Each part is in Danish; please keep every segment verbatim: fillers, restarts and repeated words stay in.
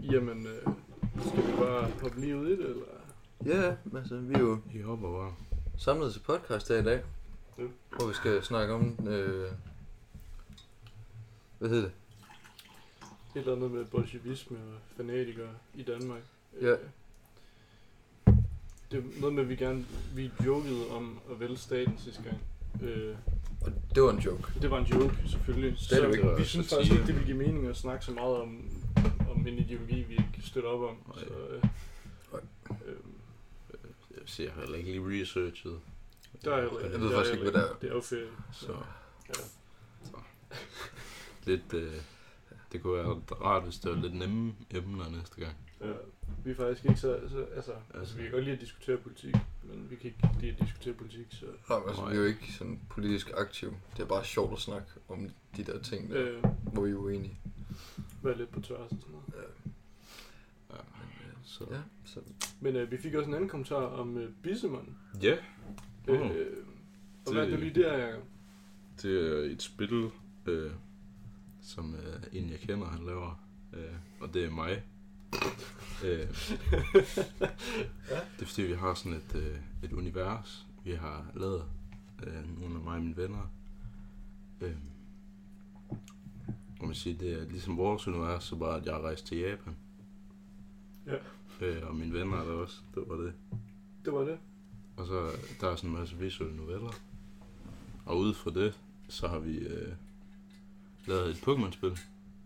Jamen, øh, skal vi bare hoppe lige ud i det, eller? Ja, altså vi er jo I hopper bare. samlet til podcast her i dag, ja. hvor vi skal snakke om, øh, hvad hedder det? Et eller andet med bolsjevisme og fanatikere i Danmark. Ja. Øh, det er noget med, at vi gerne, vi jokede om at vælge staten sidste gang. Øh, Og det var en joke. det var en joke, selvfølgelig. Stadigvæk. Så vi synes faktisk ikke, det vil give mening at snakke så meget om, om en ideologi, vi ikke støtter op om. Nej. Så, øh, øh, Jeg ser heller ikke lige researchet. der er jo, Jeg ved faktisk ikke, hvad det er. Det er jo ferie. Så, Ja. så. Lidt, øh, det kunne være rart, hvis det var lidt nemme emner næste gang. Ja, vi er faktisk ikke så, så altså, altså, vi kan godt lide at diskutere politik, men vi kan ikke lide at diskutere politik, så... Nej, altså vi er jo ikke sådan politisk aktive. Det er bare sjovt at snakke om de der ting, der, Øh, hvor vi er uenige. være lidt på tværs og sådan noget. Ja, Ja, så. ja så Men øh, vi fik også en anden kommentar om øh, Bissemon. Ja, Øh, Mm. og hvad er det lige der, Jacob? det er et spil, øh, som øh, en jeg kender, han laver. Øh, og det er mig. øh, det er fordi, vi har sådan et, øh, et univers, vi har lavet. Øh, nogle af mig og mine venner. Øh, og man siger, det er ligesom vores univers, så bare at jeg har rejst til Japan. Ja. Øh, og mine venner er der også, det var det. Det var det. Og så der er sådan en masse visuelle noveller. Og ude fra det, så har vi øh, lavet et Pokémon-spil.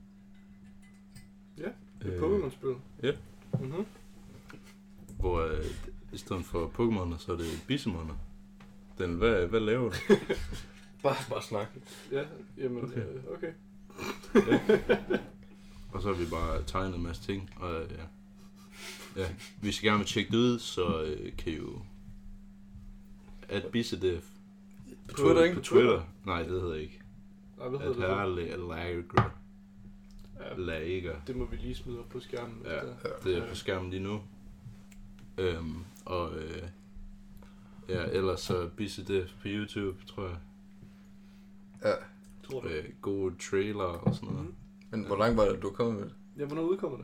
Ja, et Øh, Pokémon-spil. ja. Mhm. Hvor øh, i stedet for Pokémoner, så er det Bissemoner. Den, hvad, hvad laver du? bare, bare snak. Ja, jamen, Okay. okay. Øh, okay. Og så har vi bare tegnet en masse ting. Og øh, ja. ja, hvis I gerne vil tjekke det ud, så øh, kan I jo at Bissedef På Twitter, ikke? på Twitter. Nej, det hedder ikke. Nej, hvad At hedder det? herle lager. Ja, Lager. det må vi lige smide op på skærmen. Ja, efter. det er på skærmen lige nu. Øhm, og øh, ja, ellers så Bissedef på YouTube, tror jeg. Ja, Tror du? Øh, gode trailer og sådan noget. Mhm. men hvor langt var det, du kom med det? Ja, hvornår udkommer det?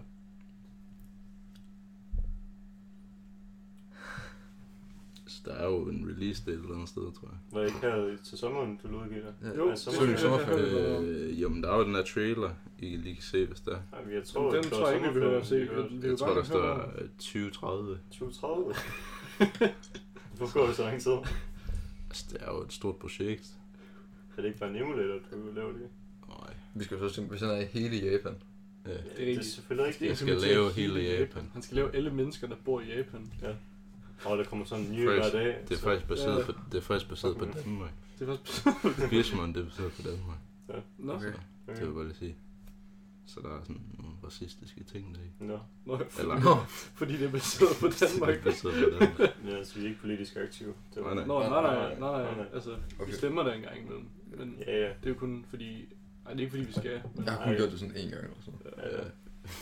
Så der er jo en release date et eller andet sted, tror jeg. Var det ikke her til sommeren, du udgiver det? Ja. Jo, Ja, det så- Søg synes sommerferie. jeg, jeg Øh, jamen, der er jo den her trailer, I lige kan se, hvis der er. Nej, jeg tror, Den det tror jeg ikke, vi behøver at se. sommerferien, Vi- vi vi- Jeg jo tror, bare der kan høre står øh, tyve tredive. tyve tredive. Hvorfor går det så lang tid? Altså, det er jo et stort projekt. Er det ikke bare en emulator, du laver det? Nej. Vi skal jo så tænke, hvis han er i hele Japan. Ja. Det er Det er rigtigt. selvfølgelig rigtigt. Jeg skal implementere lave hele Japan. Han skal lave alle mennesker, der bor i Japan. Og der kommer sådan en ny Faktisk- hver dag. Det er så- faktisk baseret Ja. på, det er faktisk baseret på Okay. Danmark. Det er faktisk... Bismon, det er baseret på Danmark. Nå, Okay. Så det vil jeg bare lige sige. Så der er sådan nogle racistiske ting der i. Nå, Nå, Eller, Nå, fordi det er baseret på Danmark. det er baseret på Danmark. ja, altså, vi er ikke politisk aktive. Det var- Nej, Nå, nej, nej, nej, nej. nej. Altså, vi Okay. stemmer der engang imellem. Men Ja, ja. det er jo kun fordi... Nej, det er ikke fordi, vi skal. Men... jeg har kun Ej. gjort det sådan en gang eller sådan. Ja, ja.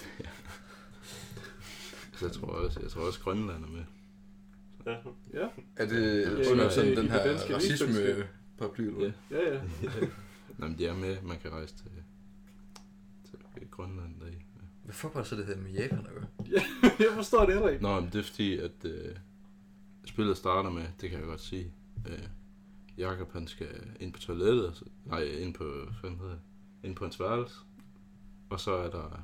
Så jeg tror også, jeg tror også Grønland er med. Ja. Ja, Er det Ja, under ja, sådan i den det her danske rigsfællesskab. racisme-paraply, eller hvad? ja, ja. Nå, men de er med, man kan rejse til, til Grønland deri. Ja. Hvad fuck var så det her med Japan at gøre? Jeg forstår det heller ikke. Nå, men det er fordi, at øh, spillet starter med, det kan jeg godt sige, øh, Jakob han skal ind på toilettet, altså, nej, ind på, hvad fanden hedder det, ind på hans værelse, og så er der,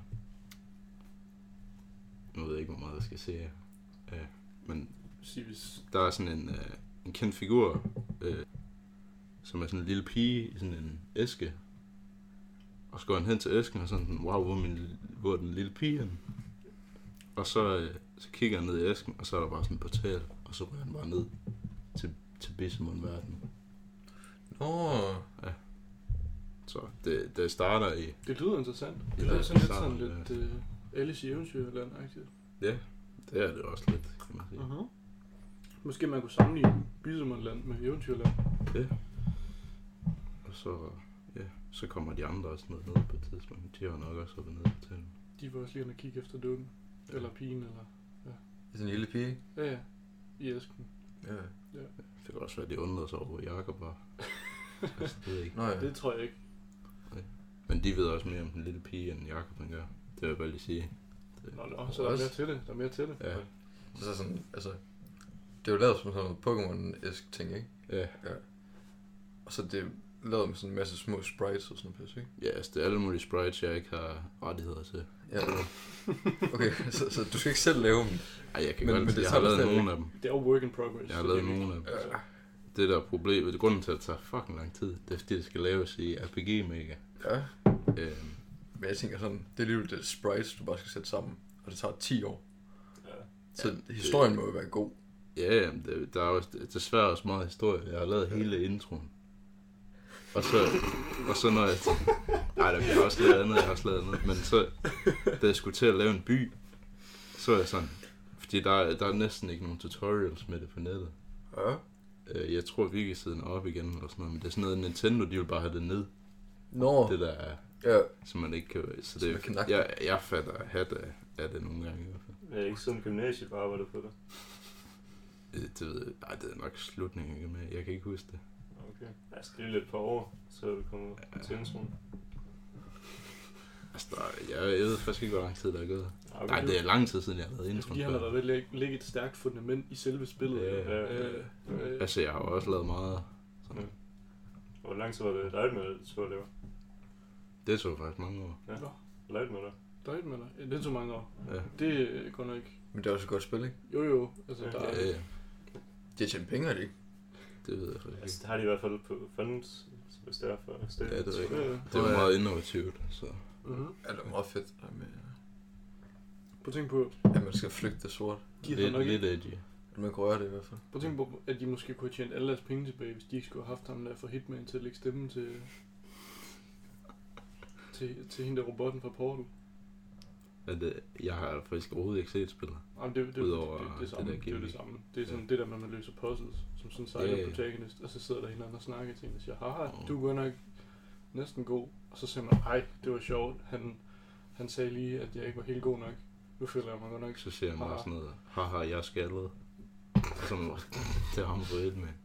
nu ved jeg ikke, hvor meget jeg skal se, øh, men Sig, hvis... der er sådan en, øh, en kendt figur, øh, som er sådan en lille pige i sådan en æske, og så går han hen til æsken og sådan, wow, hvor er, min, hvor er den lille pige henne? Og så, øh, så kigger han ned i æsken, og så er der bare sådan en portal, og så ryger han bare ned til, til Bissemon-verdenen. Nå, Så det, det starter i... Det lyder interessant. Det Ja, lyder sådan lidt starter, sådan lidt uh, Alice i Eventyrland-agtigt. Ja, det er det også lidt, kan man sige. Uh-huh. Måske man kunne sammenligne Bissemonland med Eventyrland. Ja. Og så, ja, så kommer de andre også ned, ned på et tidspunkt. De har nok også været nede til. De var også lige inde og kigge efter dukken. Eller pigen, eller... det er sådan en lille pige. Ja, ja. I æsken. Ja. Det kan også være, at de undrede sig over, hvor Jakob var. Altså, det ved jeg ikke. Nå ja. Det tror jeg ikke. Men de ved også mere om den lille pige, end Jakob han gør. Det vil jeg bare lige sige. Nå, nå, så der er mere til det. Der er mere til det. Ja. Så sådan, altså, det er jo lavet som sådan noget Pokémon-esk ting, ikke? Ja. Ja. Og så det er lavet med sådan en masse små sprites og sådan noget pisse, ikke? Ja, altså det er alle mulige sprites, jeg ikke har rettigheder til. Ja, okay, så, så du skal ikke selv lave dem? Ej, jeg kan Men- godt, men det jeg tager har lavet stadigvæk- nogle af dem. Det er jo work in progress. Jeg har så lavet det er nogle af dem. virkelig- altså, Ja. Det der er problemet, det er grunden til, at det tager fucking lang tid. Det er fordi, det skal laves i R P G Maker. Ja. Øhm, Men jeg tænker sådan, det er lige det sprites, du bare skal sætte sammen, og det tager ti år. Ja. Så Ja, historien det- må jo være god. ja, jamen, det, der er også, det, desværre også meget historie. Jeg har lavet hele introen. Og så, og så når jeg... Nej, der, jeg har også lavet andet, jeg har også lavet andet. Men så, da jeg skulle til at lave en by, så er jeg sådan... Fordi der, er- der er næsten ikke nogen tutorials med det på nettet. Ja. Øh, Jeg tror, Wikisiden er op igen eller sådan noget, men det er sådan noget, Nintendo, de vil bare have det ned. Nå, Det der er, ja. som man ikke kan... Så Som det, man kan nakke. jeg, jeg fatter hat af, af det nogle gange i hvert fald. Jeg er ikke sådan gymnasiet bare arbejdet på det. Øh, Det ved jeg, ej, det er nok slutningen ikke med. Jeg kan ikke huske det. Okay. Jeg skal lige lidt på år, så er vi kommet Ja. til introen. Altså, der, er- jeg, jeg ved faktisk ikke, hvor lang tid der er gået. Okay. Nej, det er lang tid siden, jeg har lavet Det er introen. fordi, han har før. været ved at lægge et stærkt fundament i selve spillet. Ja, Øh, øh, Altså, jeg har jo også lavet meget. Sådan. Ja. Hvor lang tid var det dig med, det tog at lave? Det tog faktisk mange år. Ja. Nå. Light med dig? Døjt med dig. Ja, det tog mange år. Ja. Det øh, går nok ikke. Men det er også et godt spil, ikke? Jo jo, altså Ja. der er... Ja, ja, De har tjent penge, er det ikke? det ved jeg faktisk Altså, ikke. det har de i hvert fald på fundet, hvis det er for stedet. Ja, det er rigtigt. Ja, ja. Det var meget innovativt, så... Mm-hmm. Ja, det er meget fedt. Ja, med, Prøv at tænke på, at man skal flygte det sort. de har Lidt, nok lidt ikke... edgy. At man kan røre det i hvert fald. Prøv at tænke på, at de måske kunne have tjent alle deres penge tilbage, hvis de ikke skulle have haft ham der for Hitman til at lægge stemmen til... til, til hende der robotten fra Portal. At, øh, jeg har faktisk overhovedet ikke set spillet. Jamen, det, det, Udover det, det, det, det samme. der det, er jo det gimmick. samme. Det er sådan Ja. det der med, at man løser puzzles, som sådan en silent Ja, ja. protagonist, og så sidder der hinanden og snakker til hende og siger, haha, Åh. du er godt nok næsten god. Og så siger man, ej, det var sjovt. Han, han sagde lige, at jeg ikke var helt god nok. Nu føler jeg mig godt nok. Så siger han bare Haha. sådan noget, haha, jeg er skaldet. Og så er man bare, det har ham på et med.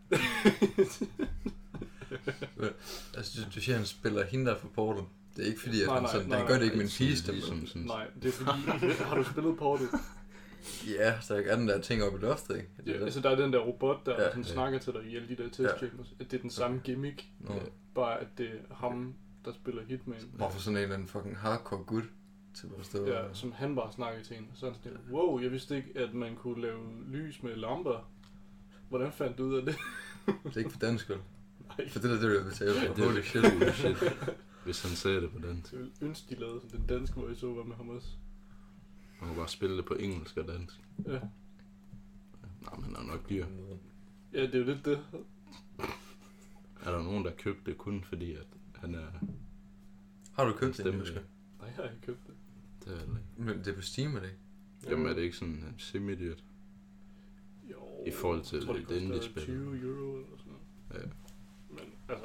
Altså, du, du siger, at han spiller hende der for Portal. Det er ikke fordi, at Nej, han, nej, sådan, nej, han gør det nej, ikke med en sådan pigestemme. ligesom sådan- Nej, det er fordi, har du spillet Portal? Ja, så er den der ting oppe i loftet, ikke? Det Ja, er det. altså der er den der robot, der Ja, ja, ja. snakker til dig i alle de der test Ja. chambers. At det er den samme gimmick, Nå. Ja. bare at det er ham, der spiller Hitman. Hvorfor sådan en eller anden fucking hardcore gut til at stå Ja, og... som han bare snakker til en. Så er han sådan, wow, jeg vidste ikke, at man kunne lave lys med lamper. Hvordan fandt du ud af det? Det er ikke for dansk, vel? Nej, For det der, det er jo betalt Ja, for. det er Holy shit. holy shit. Hvis han sagde det på dansk. jeg ville ønske, de lavede sådan den danske voiceover med ham også. Man kan bare spille det på engelsk og dansk. Ja, Nej, men han er nok dyr. ja det er jo lidt det. Er der nogen, der købte det kun fordi, at han er... Har du købt den, Stemme, Jyske? Nej, jeg har ikke købt det. Det er heller ikke. Men det er på Steam, er det ikke? Jamen er det ikke sådan uh, semi-dyrt? Jo, I forhold til jeg tror, det det indie koster spil. tyve euro eller sådan noget. Ja. Men altså...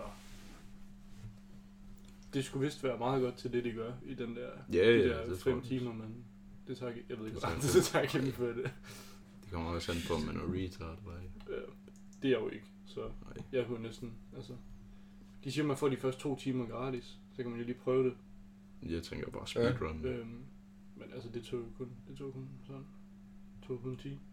Det skulle vist være meget godt til det, de gør i den der, Ja, de ja, der det tror fem jeg. timer, men det tager ikke, jeg ved ikke, Det hvor lang tager tid det tager at gennemføre det. Det kommer også an på, om man er retard eller ikke. Ja, det er jeg jo ikke, så Nej. jeg kunne næsten, altså... De siger, at man får de første to timer gratis, så kan man jo lige prøve det. Jeg tænker bare speedrun. Ja. Øhm, men altså, det tog jo kun, det tog kun sådan, det tog kun ti.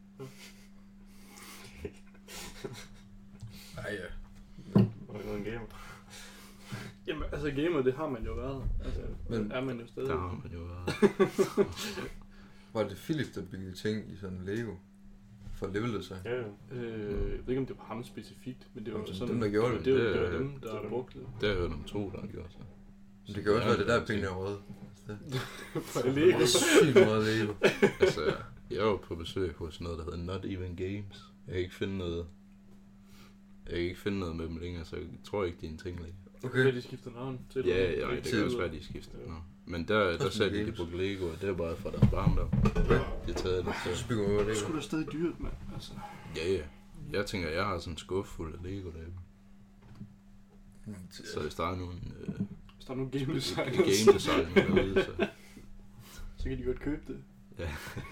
Ej, ja. Og noget en gamer. Jamen, altså gamer, det har man jo været. Altså, Men- men, er man jo stadig. Der har man jo været. Var det Philip, der byggede ting i sådan Lego? For at levele sig? Ja, ja. Øh, jeg ved ikke, om det var ham specifikt, men det var Jamen, sådan... dem, der gjorde det. det. Det, var, det Det- var dem, der det- har brugt det. Det har jeg hørt om to, der har gjort så. Men det kan også være, det der pengene er røde. For Lego. Det er sygt meget Lego. Altså, jeg var på besøg hos noget, der hedder Not Even Games. Jeg kan ikke finde noget... Jeg kan ikke finde noget med dem længere, så jeg tror ikke, det er en ting længere. Okay. Okay. De skifter navn til Ja, ja, det til- kan også være, de skifter. Ja. Nå. Men der, der Custom sagde de, de games. brugte Lego, og det er bare fra deres barndom. De har taget det Så til. bygger man over Det Lego. skulle da stadig dyrt, mand. Altså. Ja, ja. Jeg tænker, jeg har sådan en skuffe fuld af Lego derhjemme. Så hvis der er nogen øh, Hvis der er nogle game designers, game design derude, så... så kan de godt købe det. Ja.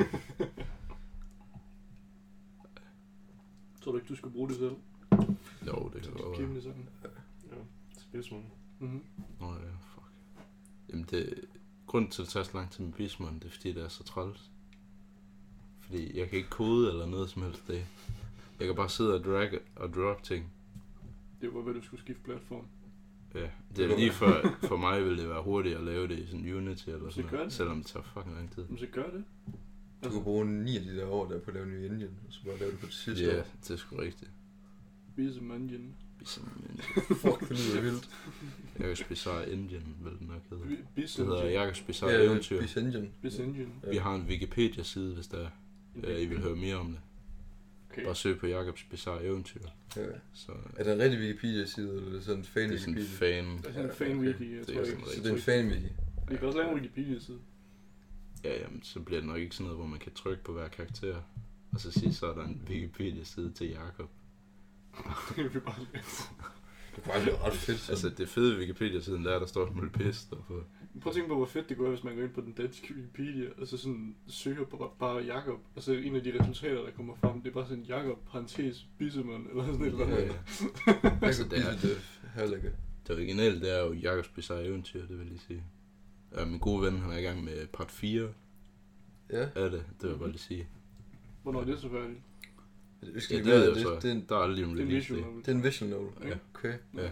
Tror du ikke, du skulle bruge det selv? Jo, det kan godt Game være. design. Ja, spilsmål. Mhm. Nå ja, fuck. Jamen det... grund til, at det tager så lang tid med Bismon, det er fordi, det er så træls. Fordi jeg kan ikke kode eller noget som helst det. Jeg kan bare sidde og drag og drop ting. Det var, hvad du skulle skifte platform. Ja, det er lige for, for mig ville det være hurtigt at lave det i sådan Unity eller Så sådan gør noget, det. selvom det tager fucking lang tid. Men så gør det. Du kan bruge ni af de der år der på at lave en ny engine, og så bare lave det på det sidste Ja, år. det er sgu rigtigt. Bism Engine. Bism Fuck, det lyder vildt. Jakobs Bizarre Engine, vil den nok hedde. Bis Det hedder Engine. Jakobs Bizarre Ja, Eventyr. Bis Engine. Bis Engine. Vi har en Wikipedia-side, hvis der er, I vil høre mere om det. Okay. Bare søg på Jakobs Bizarre Eventyr. Ja. Så Er det en rigtig Wikipedia-side, eller er det sådan en fan det er sådan en Wikipedia? fan. Det er sådan en Ja, fan-wiki, jeg Det er tror sådan ikke. Så det er en fan-wiki. Vi kan også lave en Wikipedia-side. Ja, jamen, så bliver det nok ikke sådan noget, hvor man kan trykke på hver karakter. Og så sige, så er der en Wikipedia-side til Jakob. Det kan vi bare lave. Det kunne faktisk være ret fedt. Sådan. Altså, det fede Wikipedia-siden der, der står et muligt pis der på. Prøv at tænke på, hvor fedt det kunne være, hvis man går ind på den danske Wikipedia, og så sådan søger på bare Jakob, og så en af de resultater, der kommer frem, det er bare sådan Jakob, parentes, Bissemon, eller sådan et eller andet. Ja, ja. Altså, Jeg det er- kan det herlægge. Det originale, det er jo Jakobs Bizarre Eventyr, det vil jeg lige sige. Og min gode ven, han er i gang med part fire Ja, af det, det vil jeg bare lige sige. Hvornår er det så færdigt? det Ja, skal det lige ved være, jeg det, så. det, er en, Der er aldrig en Det er en release visual day. novel. det er en visual novel. Ja. Okay. Ja.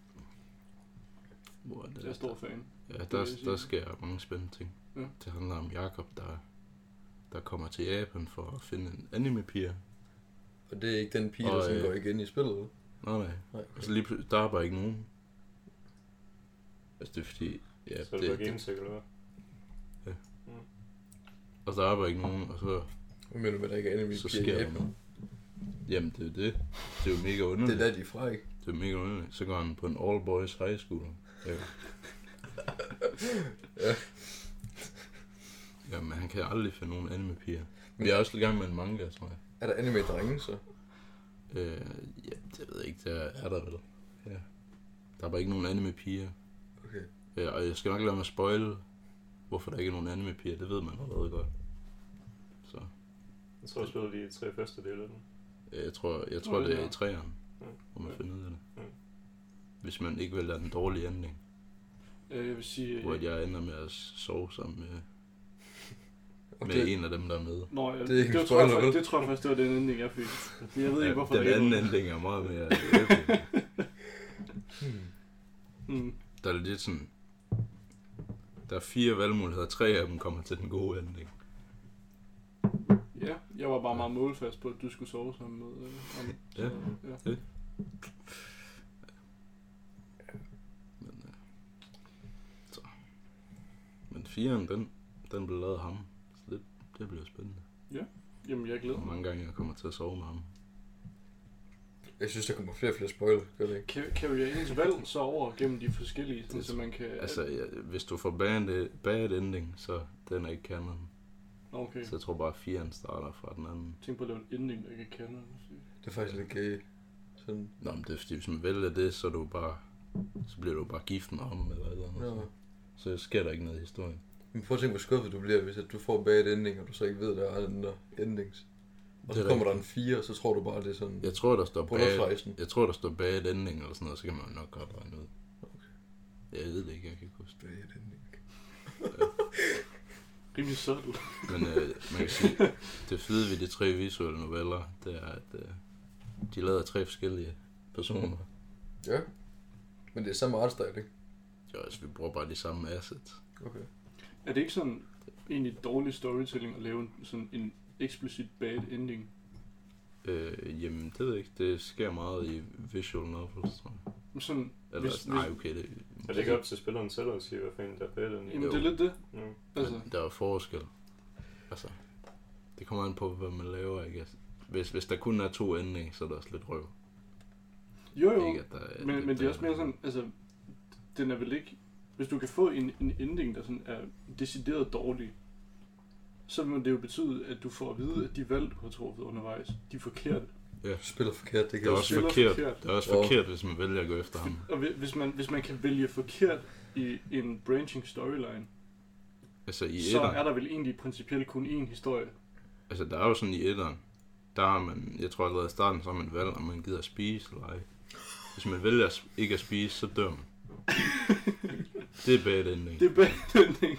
Hvor er det? Jeg er stor fan. Ja, vil der, jeg sige. der sker mange spændende ting. Ja. Det handler om Jakob, der, der kommer til Japan for at finde en anime-piger. Og det er ikke den pige, der Og, sådan øh, går igen i spillet, eller? Nej, nej. Nej, Og okay. så lige pludselig, der er bare ikke nogen. Altså det er fordi, ja, Så er det det, bare det, gamesæk, eller hvad? og der er bare ikke nogen, og så, Hvad mener du med, at der ikke er anime så piger i sker der Japan? noget. Jamen det er jo det. Det er jo mega Det er underligt. der, de er fra, ikke? Det er mega underligt. Så går han på en all boys high school. Ja. Ja. Jamen han kan aldrig finde nogen anime-piger. Vi er også i gang med en manga, tror jeg. Er der anime-drenge, så? Øh, ja, det ved jeg ikke, der er der vel. Ja. Der er bare ikke nogen anime-piger. Okay. Ja, og jeg skal nok lade mig spoile, hvorfor der ikke er nogen anime-piger. Det ved man allerede godt. Så Jeg tror, jeg spillede de tre første dele af den. ja, jeg tror, jeg tror Nå, det er ja. i træerne, Ja. hvor man Ja. finder ud af det. Ja. Hvis man ikke vælger den dårlige ending, Øh, Jeg vil sige... hvor jeg ender med at sove sammen med, Og med det, en af dem, der er med. Nå, jeg, Det det, er ikke en det, tror jeg, spoiler, faktisk- vel? det tror jeg faktisk, det var den ending, jeg fik. Jeg ved ikke, hvorfor den der ikke anden var- ending er meget mere epic. hmm. Mm. Der er lidt sådan... Der er fire valgmuligheder, tre af dem kommer til den gode ending. Ja, jeg var bare meget målfast på, at du skulle sove sammen med... Øh, ham. Så, Ja. ja. Men, øh, så. Men firen, den, den blev lavet af ham. Så det, det bliver spændende. Jamen, jeg glæder Hvor mig. mange gange jeg kommer til at sove med ham. Jeg synes, der kommer flere og flere spoil, gør det ikke? Kan, kan vi ens valg så over gennem de forskellige, sådan, så man kan... Altså, ja, hvis du får bad, bad ending, så den er ikke canon. Okay, Så jeg tror bare, at firen starter fra den anden. tænk på at lave en ending, der ikke kan måske. Det er faktisk lidt gay. Sådan. Nå, men det er fordi, hvis man vælger det, så er du bare... Så bliver du bare gift med ham, eller et eller andet. Nå. Så sker der ikke noget i historien. Men prøv at tænke, hvor skuffet du bliver, hvis at du får bad ending, og du så ikke ved, der er den der endings. Og Det så er kommer der rigtigt. en fire, og så tror du bare, det er sådan... Jeg tror, der står bad, Bryllupsrejsen. jeg tror, der står bad ending eller sådan noget, så kan man jo nok godt regne ud. Okay. Jeg ved det ikke, jeg kan ikke huske det. Bad ending. Rimelig subtle. Men øh, man kan sige, det fede ved de tre visuelle noveller, det er, at øh, de lader tre forskellige personer. Ja. Men det er samme artstyle, ikke? Jo, altså, vi bruger bare de samme assets. Okay. Er det ikke sådan egentlig dårlig storytelling at lave en, sådan en explicit bad ending? Øh, jamen, det ved jeg ikke. Det sker meget i visual novels, tror jeg. Men sådan, Eller, hvis, hvis, nej, hvis, okay, det, Er det ikke op til spilleren selv at sige, hvad fanden der er bad den? jamen det er lidt det. Ja. Altså, men der er forskel. Altså, det kommer an på, hvad man laver, ikke? Altså, Hvis, hvis der kun er to ending, så er der også lidt røv. jo jo, Ikke, at der er, men, men det er også mere sådan, altså, den er vel ikke, hvis du kan få en, en ending, der sådan er decideret dårlig, så vil det jo betyde, at du får at vide, at de valg, du har truffet undervejs, de er forkerte. Du spiller forkert, det Det kan er jeg også også spiller forkert. forkert. Det er også Wow. forkert, hvis man vælger at gå efter ham. Og hvi- hvis man, hvis man kan vælge forkert i en branching storyline, Altså i så etteren, er der vel egentlig principielt kun én historie. altså der er jo sådan i etteren, der har man, jeg tror allerede i starten, så har man valgt, om man gider at spise eller ej. Hvis man vælger at ikke at spise, så dør man. Det er bad ending. Det er bad ending.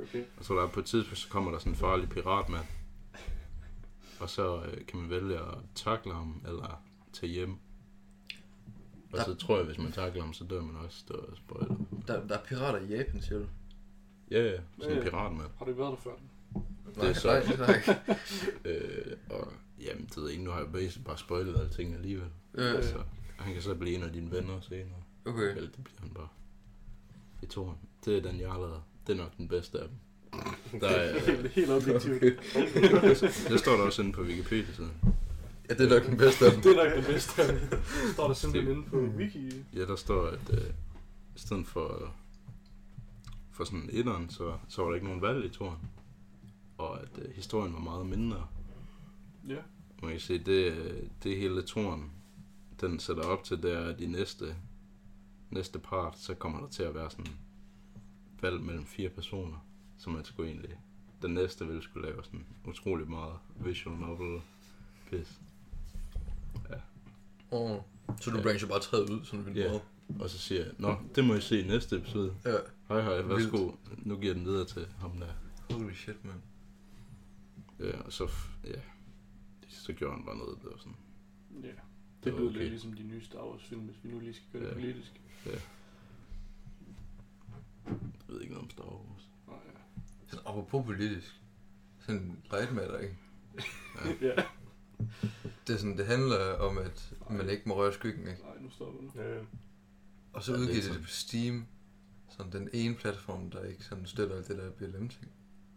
Okay. Og så der på et tidspunkt, så kommer der sådan en farlig piratmand. Og så øh, kan man vælge at takle ham, eller tage hjem. Og så tror jeg, hvis man takler ham, så dør man også. Det var spoiler. Der, der er pirater i Japan, siger du? Ja, ja, sådan en Ja. piratmand. Har du været der før? Nej, så- nej, nej. Øh, og jamen, det ved jeg ikke, nu har jeg basic bare spoilet alting alligevel. Øh, Så han kan så blive en af dine venner senere. okay. Eller det bliver han bare. I toren. Det er den, jeg har lavet. Det er nok den bedste af dem. Der er, Helt, helt objektivt. Okay. det står der også inde på Wikipedia-siden. Ja, det er nok den bedste af dem. Det er nok det bedste. Står der simpelthen inde på wiki. Ja, der står, at øh, i stedet for, for sådan etteren, så, så var der ikke nogen valg i toren. Og at øh, historien var meget mindre. Ja. Man kan se, det, øh, det hele toren, den sætter op til, der er de næste, næste part, så kommer der til at være sådan valg mellem fire personer, som man skulle egentlig, den næste vil skulle lave sådan utrolig meget visual novel pis. Oh. Så du Ja. bringer jo bare træet ud, sådan vildt Ja. meget. Og så siger jeg, nå, det må I se i næste episode. Ja. Hej hej, værsgo. Nu giver jeg den videre til ham der. Holy shit, man. Ja, og så, f- ja, så gjorde han bare noget, der var sådan. Ja. Det Det var lyder okay. lidt ligesom de nye Star Wars film, hvis vi nu lige skal gøre det Ja. politisk. Jeg ved ikke noget om Star Wars. Nå, ja. Sådan, apropos politisk. Sådan light matter, ikke? Ja. Det, er sådan, det handler om, at man ikke må røre skyggen, ikke? Nej, nu stopper den. Ja, ja. Og så Ja, det er udgiver de sådan. det på Steam. Sådan den ene platform, der ikke sådan støtter alt det der B L M-ting.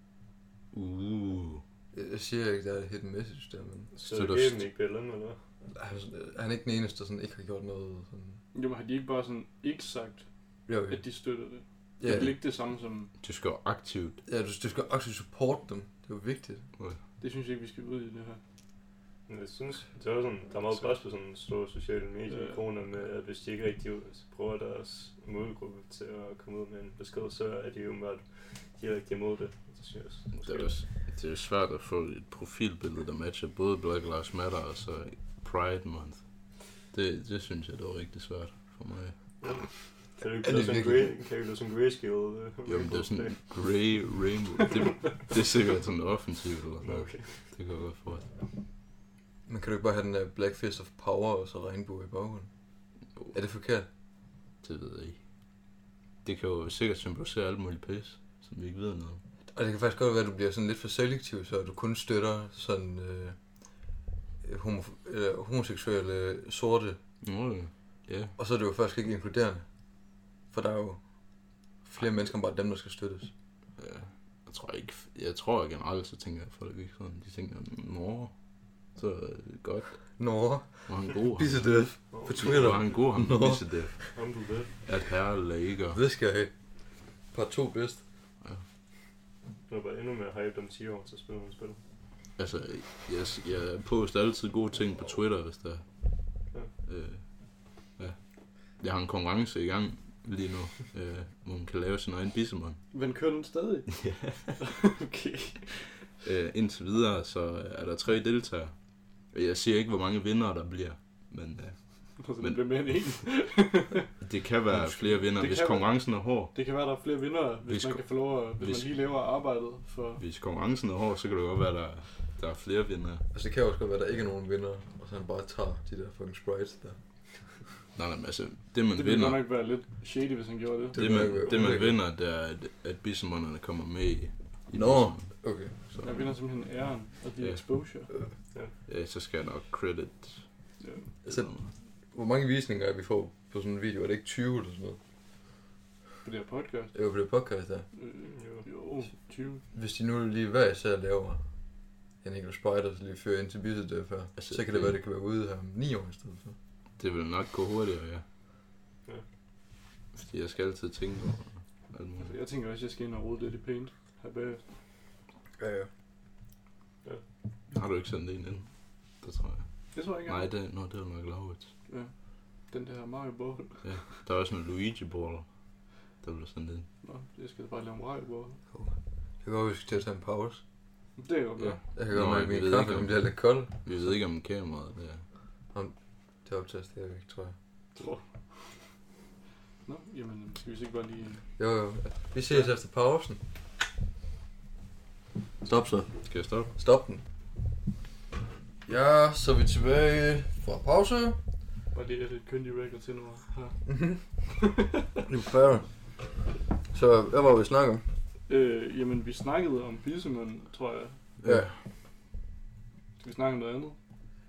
Uh. Jeg jeg siger ikke, der er et hidden message der, men Så Så er der- det ikke billeden, eller hvad? han, han er ikke den eneste, der sådan ikke har gjort noget sådan... Jo, men har de ikke bare sådan ikke sagt, Jo, at de støtter det? ja, Det er vel ikke det samme som... Du skal jo aktivt. ja, du, du skal også support dem. Det er jo vigtigt. Det synes jeg ikke, vi skal ud i det her. Men jeg synes, det er sådan, der er meget Så- pres på sådan store sociale medier Ja. ikoner med, at hvis de ikke rigtig prøver deres målgruppe til at komme ud med en besked, så er de jo meget direkte imod det. Det synes jeg også. Det er, også, det er jo svært at få et profilbillede, der matcher både Black Lives Matter og så Pride Month. Det, det synes jeg, det var rigtig svært for mig. Kan du Er ikke det lave sådan en virkelig? gray, kan du lave sådan en grayscale? Jo, men det er sådan grey rainbow. Det, det er sikkert sådan offensivt eller sådan noget. Okay. Det kan jeg godt få. Men kan du ikke bare have den der Black Fist of Power og så regnbue i baggrunden? Er det forkert? Det ved jeg ikke. Det kan jo sikkert symbolisere alt muligt pis, som vi ikke ved noget om. Og det kan faktisk godt være, at du bliver sådan lidt for selektiv, så du kun støtter sådan øh, homo, øh, homoseksuelle sorte, Nå, ja. Ja, og så er det jo faktisk ikke inkluderende. For der er jo flere mennesker end bare dem, der skal støttes. ja. Jeg tror ikke, jeg tror generelt, så tænker jeg folk ikke sådan, de tænker, nå, så er det godt. Nå, Var han god? Bisedef på Var Twitter. han god, ham Nå. Bisedef? Om du ved. At herre lægger. Det skal jeg have. Par to bedst. Du er bare endnu mere hyped om ti år, så spiller man spil. Altså, jeg, jeg poster altid gode ting på Twitter, hvis der er. Ja. Øh, ja. Jeg har en konkurrence i gang lige nu, øh, hvor man kan lave sin egen bissemon. Men kører den stadig? Ja. Okay. Øh, indtil videre, så er der tre deltagere. Jeg siger ikke, hvor mange vindere der bliver, men øh, Så det Men- bliver mere end en. det kan være flere vinder, Det hvis kan konkurrencen er hård. Det kan være, der er flere vinder, hvis, Hvis man ko- kan få lov at, hvis, hvis- man lige laver arbejdet for... Hvis konkurrencen er hård, så kan det godt være, der, der er flere vinder. Altså det kan også godt være, at der ikke er nogen vinder, og så han bare tager de der fucking sprites der. Nej, nej, men altså, det man Det ville godt vinder, nok være lidt shady, hvis han gjorde det. Det det vil man, nok være det man ulækkert. vinder, det er, at, at bissemonerne kommer med i, i Nå. Bissemon. Okay. Så, Jeg vinder simpelthen æren og de Ja. exposure. ja, så skal jeg nok credit. Ja. Altså, hvor mange visninger er vi får på sådan en video? Er det ikke tyve eller sådan noget? På det her podcast. Det er jo på det podcast der. Øh, jo, tyve. Hvis de nu lige hver især laver en enkelt spider, så lige fører ind til Bisedef her, Altså, så kan det det- være, det kan være ude her om ni år i stedet for. Det vil nok gå hurtigere, ja. Ja. Fordi jeg skal altid tænke over alt muligt. Altså, jeg tænker også, at jeg skal ind og rode lidt i paint her bagefter. Ja, ja. Har du ikke sendt en ind? Det tror jeg. Det tror jeg ikke. Nej, jeg det, no, det var nok Laurits. har. Ja. Den der Mario Ball. Ja. Der er også en Luigi Ball, der blev sendt ind. Nå, jeg skal bare lave en Mario Ball. Det kan godt, vi skal til at tage en pause. Det er jo godt. Jeg kan Nå, godt mærke, vi at ved min ikke, kaffe om- den bliver lidt kold. Vi ved ikke om kameraet det er. Det optager stadigvæk, tror jeg. Tror. Nå, jamen, skal vi så ikke bare lige... Jo, jo. Vi ses efter pausen. Stop så. Skal jeg stoppe? Stop den. Ja, så er vi tilbage fra pause. Bare lige et kyndig record til nu. Her. Det er færdigt. Så hvad var vi snakke om? Øh, jamen, vi snakkede om Bissemund, tror jeg. Ja. Skal vi snakke om noget andet?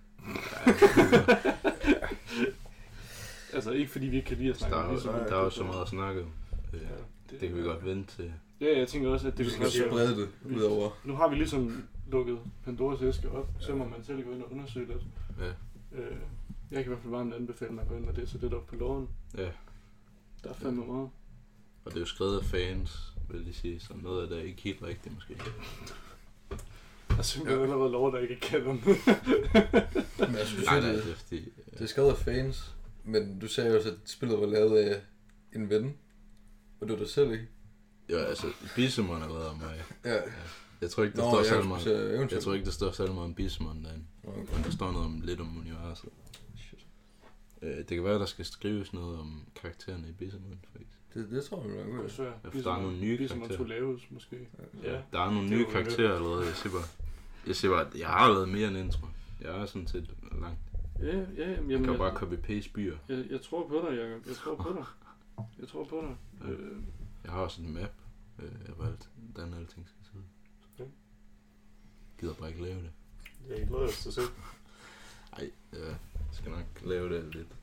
Altså, ikke fordi vi ikke kan lide at snakke Der om er, Bissemund. der er jo så meget at snakke om. Øh, Ja, det kan vi godt vente til. Ja, jeg tænker også, at det Vi vil skal også sprede det ud over. Nu har vi ligesom lukket Pandoras æske op, så må man selv gå ind og undersøge lidt. Ja. Øh, jeg kan i hvert fald varmt anbefale mig at gå ind og læse lidt op på loven. Ja. Der er fandme meget. Og det er jo skrevet af fans, vil jeg sige, så noget af det er ikke helt rigtigt måske. Jeg synes, det er allerede lov, der ikke kan dem. Men jeg synes, Nej, nej, det, det er fordi... det er skrevet af fans, men du sagde jo også, at spillet var lavet af en ven. Og du er dig selv, ikke? Jo, altså, Bissemund er lavet af mig. Ja. Jeg tror ikke, der Nå, står jeg særlig skulle meget... sige eventyr. Jeg tror ikke, der står særlig meget om Bissemund derinde. Okay. Men der står noget om lidt om universet. Shit. Øh, det kan være, der skal skrives noget om karaktererne i Bissemund, faktisk. Det, det tror jeg, man Det kan er svært. Ja, for der er nogle nye Ligesom karakterer. skulle laves, måske. Ja, der er nogle det nye var karakterer allerede. Jeg siger bare, jeg siger bare, at jeg har lavet mere end intro. Jeg er sådan set langt. Ja, ja, jamen, Jeg kan jo jeg, bare copy-paste byer. jeg, jeg tror på dig, Jacob. Jeg tror på dig. Jeg tror på dig. Ja. Øh, Jeg har også en map, øh, hvor alt, hvordan alting skal sidde. Ja. Gider bare ikke lave det. Jeg glæder os til at se. Ej, jeg skal nok lave det lidt.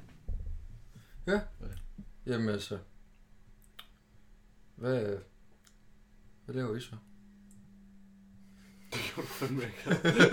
Jamen altså. Hvad, hvad laver I så? det gjorde du fandme ikke.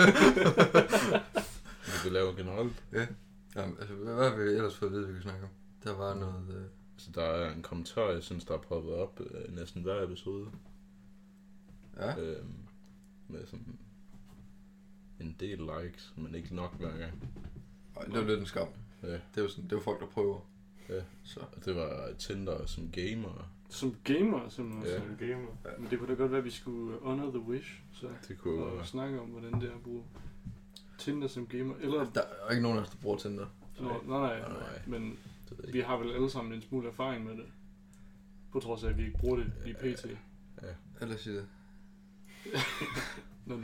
Vi vil lave generelt. Jamen, altså, hvad, hvad har vi ellers fået at vide, vi kan snakke om? Der var noget... Øh... Så der er en kommentar, jeg synes, der er poppet op øh, næsten hver episode. Ja. Øh, med sådan en del likes, men ikke nok hver gang. Ej, det var lidt en skam. Ja. Det var, sådan, det var folk, der prøver. Ja. Så. Og det var Tinder som gamer. Som gamer, simpelthen. Ja. Som gamer. Men det kunne da godt være, at vi skulle honor the wish. Så. Det kunne Og være. snakke om, hvordan det er at bruge Tinder som gamer. Eller... Der er ikke nogen af os, der bruger Tinder. Nå, nej, nej, Nej, nej. men Det ved jeg vi ikke. har vel alle sammen en smule erfaring med det. På trods af, at vi ikke bruger det i P T. Ellers siger det. Nå, nå.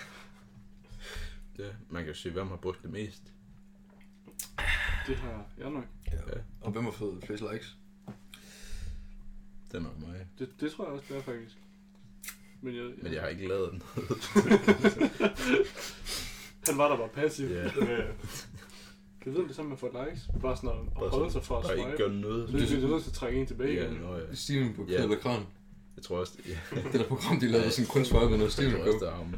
Ja, man kan jo sige, hvem har brugt det mest. Det har jeg nok. Ja. Ja. Og hvem har fået flest likes? Det er nok mig. Det, det tror jeg også, det er faktisk. Men jeg, Men jeg har ikke lavet den. Han var der bare passiv. Ja. Øh, Kan jeg vide, om det er sådan, man får likes? Bare sådan at, Bare at holde sig fra at Bare ikke swipe. gøre noget. Så det er nødt til at trække en tilbage Ja, igen. nå, ja. Steven på Ja. Kjell og Kran. Jeg tror også, det, ja. Det der program, de lavede sådan kun swipe noget Steven Jeg tror på. også, der er ham.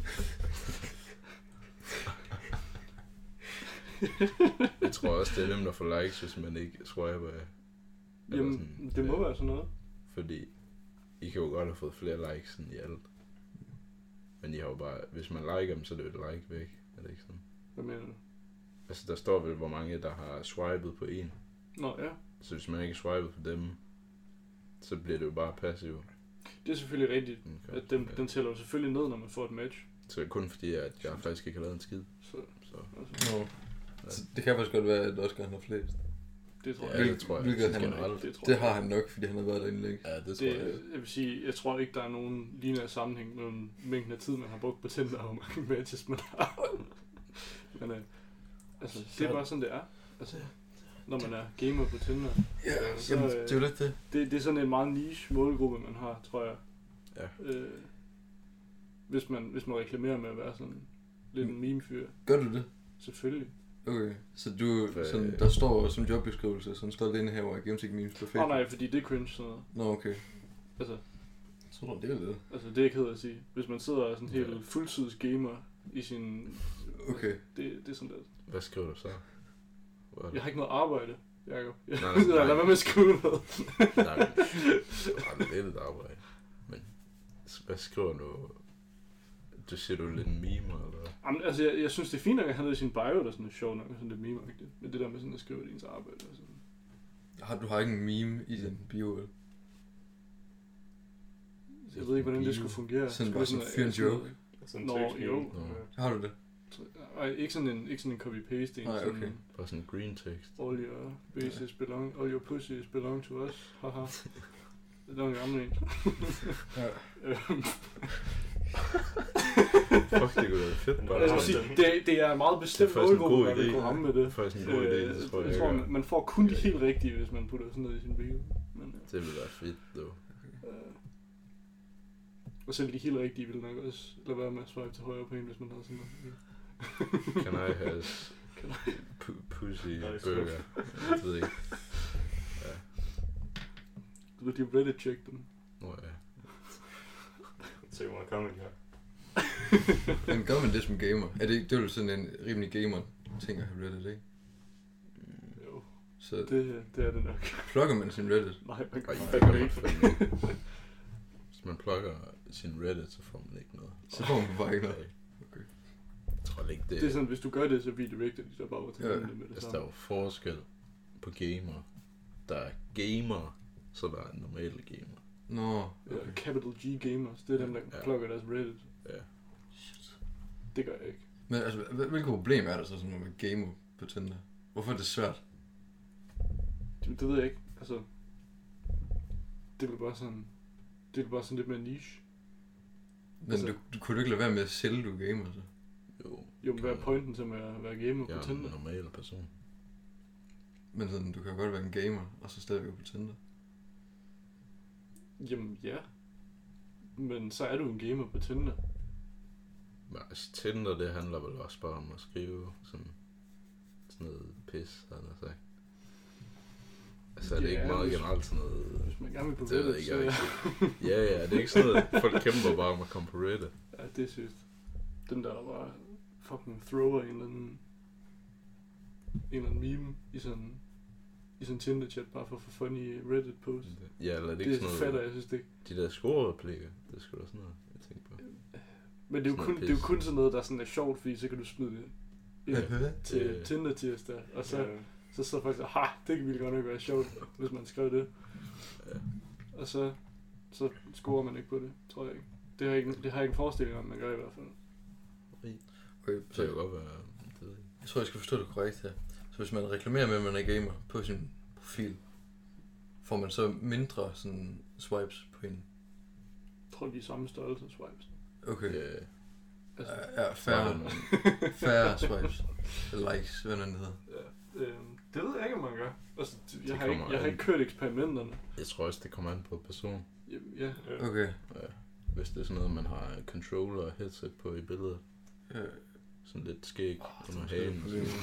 Jeg tror også, det er nemt at få likes, hvis man ikke swiper af. Eller Jamen, sådan, det må ja. være sådan noget. Fordi I kan jo godt have fået flere likes end i alt. Men I har jo bare, hvis man liker dem, så er det jo et like væk. Er det ikke sådan? Hvad mener du? Altså, der står vel, hvor mange, der har swipet på en. Nå, ja. Så hvis man ikke swipet på dem, så bliver det jo bare passivt. Det er selvfølgelig rigtigt, Okay. at den, den tæller jo selvfølgelig ned, når man får et match. Så det er kun fordi, at jeg faktisk ikke har lavet en skid. Så Så altså, Nå. Så det kan faktisk godt være, at Oscar han har flest. det tror ja, jeg. det tror jeg. Hvilket Hvilket han- generelt. Det, tror Det jeg. har han nok, fordi han har været derinde længe. Ja, det tror Det, jeg. jeg vil sige, jeg tror ikke, der er nogen lignende sammenhæng mellem mængden af tid, man har brugt på Tinder, og hvor mange matches man har. Men øh, altså, det er bare sådan, det er. Altså, når man er gamer på Tinder. Ja, så, jamen, øh, det er jo lidt det. Det, det er sådan en meget niche målgruppe, man har, tror jeg. Ja. Øh, hvis, man, hvis man reklamerer med at være sådan lidt en meme-fyr. Gør du det? Selvfølgelig. Okay, så du, Hvad- sådan, der står som jobbeskrivelse, sådan stolt indehaver af Gametik Memes på Åh Facebook. oh, nej, fordi det er cringe sådan noget. Nå, okay. Altså, Så tror du, det er det. altså, det er ikke helt at sige. Hvis man sidder og er sådan helt Ja. fuldtids gamer i sin... Okay. Det, det er sådan lidt. Hvad skriver du så? Hvor er det? Jeg har ikke noget arbejde, Jacob. Jeg Nej, nej, nej. lad være med at skrive noget. Nej, men, du har lidt lidt arbejde. Men hvad skriver du? Du siger, du er lidt en meme, eller hvad? Jamen, altså, jeg, jeg synes, det er fint nok at have noget i sin bio, der sådan er sjovt nok, og sådan lidt meme-agtigt. Men det der med sådan at skrive ens arbejde og sådan. Har, du har ikke en meme i din bio, vel? Jeg ved ikke, hvordan det skulle fungere. Sådan Skulle bare det sådan sådan- fyr en sådan- joke. Sådan Nå, tekst, jo. ja. Har du det? Ej, ikke sådan en, ikke sådan en copy-paste, en Nej, sådan, okay. Bare sådan en green text. all your bases belong, all your pussies belong to us, haha. Det er en gammel en. Ja. Øhm, Fuck, det kunne være fedt. Bare Jeg have skal sige, en- det, det er en meget bestemt Det er faktisk en målgruppe, god der vil idé. kunne ramme med det. Det er faktisk en god idé, det tror jeg, jeg jeg tror, gør. man, man får kun de helt rigtige, hvis man putter sådan noget i sin bio. Men, Det ville være fedt, dog. øh, og selv de helt rigtige ville nok også lade være med at swipe til højre på en, hvis man havde sådan noget. Can I have Can pu- pussy Nice. burger? Jeg ved ikke. Du ved, de Reddit-check dem. Nå ja. Se, hvor kommer her. Men gør man det som gamer? Er det, det er jo sådan en rimelig gamer ting at have Reddit, ikke? Jo, Så det, det er det nok. plukker man sin Reddit. Nej, man Ej, kan det gør man fandme ikke. Hvis man plukker sin Reddit, så får man ikke noget. Så får man bare ikke noget. Okay. Jeg tror ikke, det Det er sådan, hvis du gør det, så redirecter de så bare over til Ja. ja. det med det Altså, der er samme. jo forskel på gamer. Der er gamer, så der er normale gamer. Nå, Ja, okay. capital G gamers, det er dem, der Ja. plukker deres Reddit. Ja. Det gør jeg ikke. Men altså, hvil- hvilket problem er der så, sådan, når man gamer på Tinder? Hvorfor er det svært? Det, det ved jeg ikke. Altså, det er bare sådan, det er bare sådan lidt mere niche. Men Altså- du, du kunne du ikke lade være med at sælge, du er gamer, så? Jo. Jo, hvad er pointen til med at være gamer Jeg på er Tinder? en normal person. Men sådan, du kan jo godt være en gamer, og så stadig være på Tinder. Jamen, ja. Men så er du en gamer på Tinder. Men altså, Tinder, det handler vel også bare om at skrive sådan, sådan noget pis, han har sagt. Altså er det Ja, ikke meget hvis- generelt sådan noget... Hvis man gerne vil på Det ved jeg Reddit, ikke, så jeg ja. har ikke set. Ja, ja, det er ikke sådan noget, folk kæmper bare om at komme på Reddit. Ja, det er sygt. Den der, der bare fucking thrower en eller anden, en eller anden meme i sådan, i sådan Tinder-chat, bare for at få funny Reddit-post. Ja, eller er det Det, ikke det sådan fatter noget... jeg, synes det ikke. De der scorereplikker, det er sgu da sådan noget, jeg tænker på. Men det er, jo Sådan kun, noget det er jo pis. kun sådan noget, der sådan er sjovt, fordi så kan du smide det ind til Øh. Tinder-tirsdag, og så, Ja. så sidder folk så, ha, det ville godt nok være sjovt, hvis man skrev det. Ja. Og så, så scorer man ikke på det, tror jeg ikke. Det har jeg ikke, det har jeg ikke en forestilling om, man gør i hvert fald. Okay, Så det kan så godt være... Det ved jeg ikke. jeg tror, jeg skal forstå det korrekt her. Så hvis man reklamerer med, at man er gamer på sin profil, får man så mindre sådan swipes på en. Jeg tror, de er samme størrelse swipes. Okay. Ja, Altså, Ja, færre, bare, færre swipes. Likes, hvad den hedder. ja, øhm, det ved jeg ikke, om man gør. Altså, det- jeg, Det har ikke, kommer jeg har an. ikke kørt eksperimenterne. jeg tror også, det kommer an på person. Jamen, ja, Ja. Okay. Ja. Hvis det er sådan noget, man har controller og headset på i billedet, Ja. sådan lidt skæg Oh, under hagen.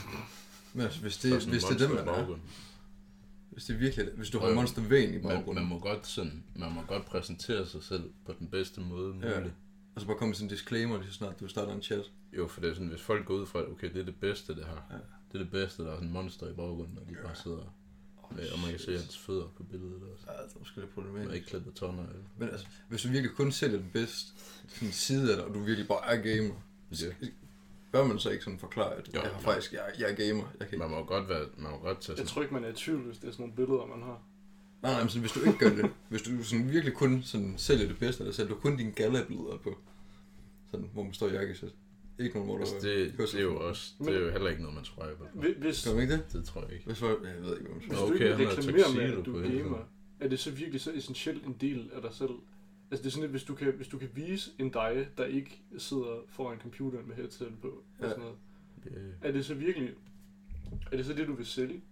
Men altså, hvis Det, det, hvis det er dem, man er, er. hvis det er virkelig, hvis du har Ja. Monster Vane i Man, baggrunden, man, må godt sådan, man må godt præsentere sig selv på den bedste måde muligt. Ja. og så bare komme med sådan en disclaimer, lige så snart du starter en chat. Jo, for det er sådan, hvis folk går ud fra, at okay, det er det bedste, det her. Ja. Det er det bedste, der er sådan en monster i baggrunden, og de bare sidder med, og man kan se hans fødder på billedet også. Ja, det er måske lidt Og problematisk. ikke klippet tårner eller. Men altså, hvis du virkelig kun sælger den bedste sådan side af dig, og du virkelig bare er gamer, Ja. bør man så ikke sådan forklare, at Jo, jeg har jo. faktisk, jeg, jeg er gamer. Jeg kan ikke. Man må godt være, man må godt tage jeg sådan, tror ikke, man er i tvivl, hvis det er sådan nogle billeder, man har. Nej, nej, men sådan, hvis du ikke gør det, hvis du sådan virkelig kun sådan sælger det bedste af dig selv, du kun dine gala-billeder på, sådan, hvor man står i jakkesæt. Ikke nogen, hvor du altså, det, det, er jo også, det er jo heller ikke noget, man swiper på. Hvi- Hvis, Gør man ikke det? Det tror jeg ikke. Hvis folk, jeg ved ikke, hvad man hvis siger. du Okay, ikke han har reklamerer med, tuxedo at du på er hele gamer, tiden. er det så virkelig så essentielt en del af dig selv? Altså det er sådan lidt, hvis du kan, hvis du kan vise en dig, der ikke sidder foran computeren med headset på, og Ja. sådan noget, Det, er det så virkelig, er det så det, du vil sælge?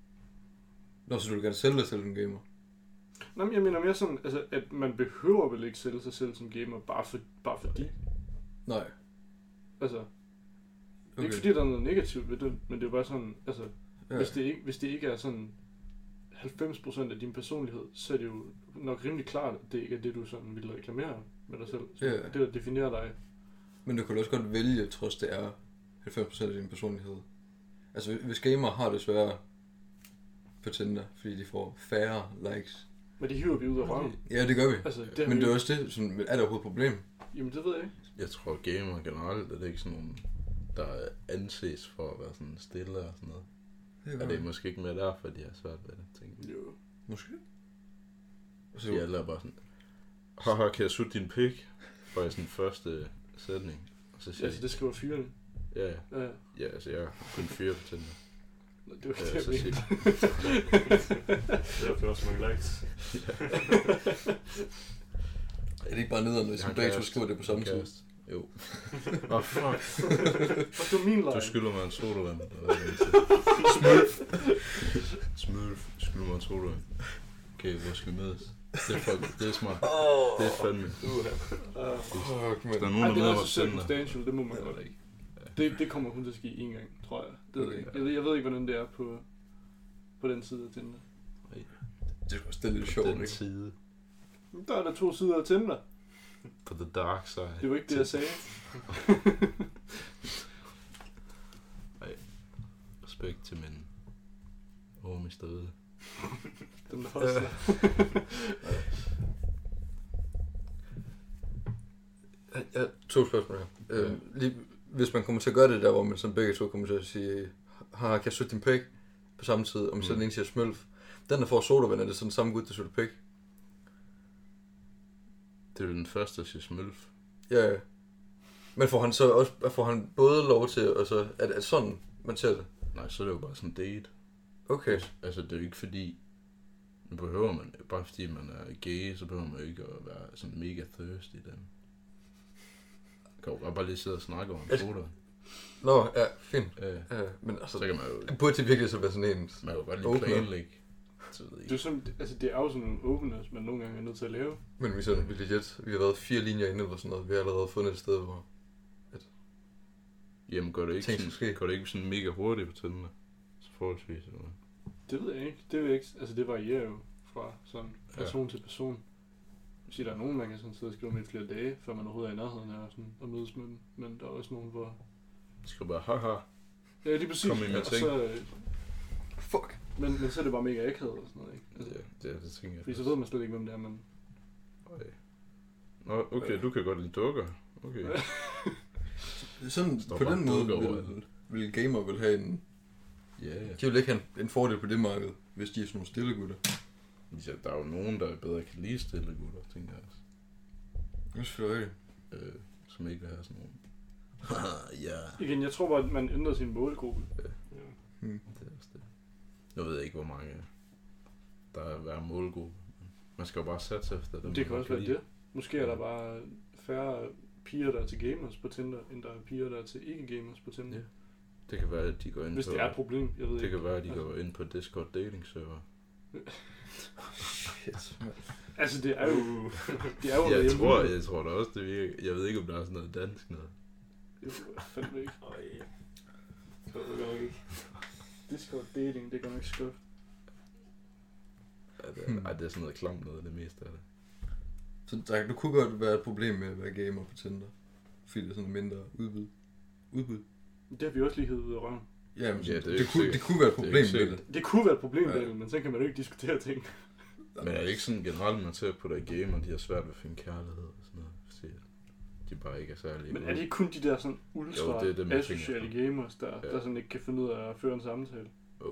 Nå, så du vil gerne sælge dig selv som gamer? Nå, men jeg mener mere sådan, altså, at man behøver vel ikke sælge sig selv som gamer, bare, for, bare fordi. Nej. Altså, okay. Okay. Ikke fordi der er noget negativt ved det, men det er bare sådan, altså, Ja. hvis, det ikke, hvis det ikke er sådan halvfems procent af din personlighed, så er det jo nok rimelig klart, at det ikke er det, du sådan vil reklamere med dig selv. Så Ja. det, der definerer dig. Men du kan også godt vælge, trods det er halvfems procent af din personlighed. Altså, hvis gamer har det sværere på Tinder, fordi de får færre likes. Men det hiver vi ud af røven. Ja, det gør vi. Altså, det har Men vi det er jo- også det, sådan, er der overhovedet et problem? Jamen, det ved jeg ikke. jeg tror, gamer generelt er det ikke sådan nogen, der anses for at være sådan stille og sådan noget. Det Er det måske ikke mere derfor, de har svært ved det, tænker jeg. Jo. Måske. Så de alle er bare sådan, haha, kan jeg sutte din pik? For i sådan første sætning. Og så siger Altså, det skriver fyrene. ja, ja, Ja, ja, altså jeg har kun fyre på Tinder. Nå, det var Ja, det, så jeg siger mente. Det er derfor også mange likes. Er det ikke bare nederen, hvis Jeg har man begge to kæreste. skriver det på samme tid? Kæreste. Jo. Åh, oh, fuck. Og det var min Du leg. skylder mig en sodavand. Smølf. Smølf. Du skylder mig en sodavand. Okay, hvor skal vi mødes? Det er, fuck, det er smart. Åh, Det er fandme. Uh, fuck, Hvis der er man. nogen, Ej, der det møder er mig også søndag. circumstantial, det må man Jeg ved godt. det ikke. Det, det kommer kun til at ske én gang, tror jeg. Det ved jeg, ikke. jeg, ved, jeg ved ikke, hvordan det er på, på den side af Tinder. Det er også lidt sjovt, Den ikke? side. Der er der to sider af Tinder. På the dark side. Det var ikke det, jeg sagde. Respekt til min homie derude. Den der hostler. Ja, to spørgsmål her. Øhm, lige, hvis man kommer til at gøre det der, hvor man sådan begge to kommer til at sige, har kan jeg søge din pæk på samme tid, og man så Mm. den ene siger smølf. Den der får sodavand, er det sådan samme gut, der søger pæk? Det er jo den første, der siger smølf. Ja, ja. Men får han så også, får han både lov til, og så, er det, er det sådan, man ser det? Nej, så er det jo bare sådan en date. Okay. Altså, det er jo ikke fordi... Nu behøver man, bare fordi man er gay, så behøver man jo ikke at være sådan mega thirsty. Den. Kan jo bare lige sidde og snakke om Altså- soda. Nå, ja, fint. Ja, Ja, men altså, så kan man jo... det burde det virkelig så være sådan en... Man kan jo godt lige Åbner. planlægge. Så ved jeg Det er, ikke. jo sådan, altså, det er jo sådan nogle openness, man nogle gange er nødt til at lave. Men vi, sådan, vi, legit, vi har været fire linjer inde eller sådan noget. Vi har allerede fundet et sted, hvor... Jamen, går det ikke, Ting skal sådan, ske. går det ikke sådan mega hurtigt på Tinder? Så forholdsvis, eller hvad? Det ved jeg ikke. Det ved jeg ikke. Altså, det varierer jo fra sådan Ja. person til person. Jeg siger, der er nogen, man kan sådan sidde og skrive med i flere dage, før man overhovedet er i nærheden af sådan, at mødes med dem. Men der er også nogen, hvor... Det skal bare, haha. Ja, lige præcis. Kom i med og ting. så, øh, Fuck. men, men så er det bare mega akavet og sådan noget, ikke? Altså, Ja, det, det tænker jeg. fordi så ved man slet ikke, hvem det er, man... Øj. Nå, okay, du kan godt lide dukker. Okay. Sådan, Står på bare den måde dukker vil, overalt. vil gamer vel have en... Ja, yeah. De vil ikke have en, en fordel på det marked, hvis de er sådan nogle stille gutter. ja. Der er jo nogen, der bedre kan lide stille gutter, tænker jeg også. Det er selvfølgelig rigtigt. Øh, som ikke vil have sådan nogen. Haha, ja. Igen, jeg tror bare, at man ændrer sin målgruppe. Ja. Ja. Hmm. Det er også det. Jeg ved ikke, hvor mange der er hver målgruppe. Man skal jo bare satse efter dem. Det kan man også være lide. det. Måske er der bare færre piger, der er til gamers på Tinder, end der er piger, der er til ikke-gamers på Tinder. Ja. Det kan være, at de går ind Hvis på... det er et problem, jeg ved det ikke. kan være, at de Altså- går ind på Discord dating server. Shit, man. Altså, det er jo... det er jo Jeg reelt tror, muligt. jeg tror da også, det virker. Jeg ved ikke, om der er sådan noget dansk noget. Det er fandme ikke. Øj. Det ved jeg nok ikke. Discord dating, det går nok skuft. Ja, det, Hmm. hmm. Ej, det er sådan noget klamt noget, det meste af det. Så der, der kunne godt være et problem med at være gamer på Tinder. Fordi det er sådan mindre udbud. Udbud. Det har vi også lige hævet ud af røven. Ja, men Ja, ja, det er det, ikke det, kunne, sikkert. det kunne være et Det er problem ikke med sikkert. det. Det kunne være et problem, Ja. ja. men så kan man jo ikke diskutere ting. Men er det ikke sådan generelt, man ser på, der gamer, de har svært ved at finde kærlighed og sådan noget? Fordi de bare ikke er særlig... Men er det ikke kun de der sådan Jo, ultra det er det, man asociale tænker gamers, der, Ja. der sådan ikke kan finde ud af at føre en samtale?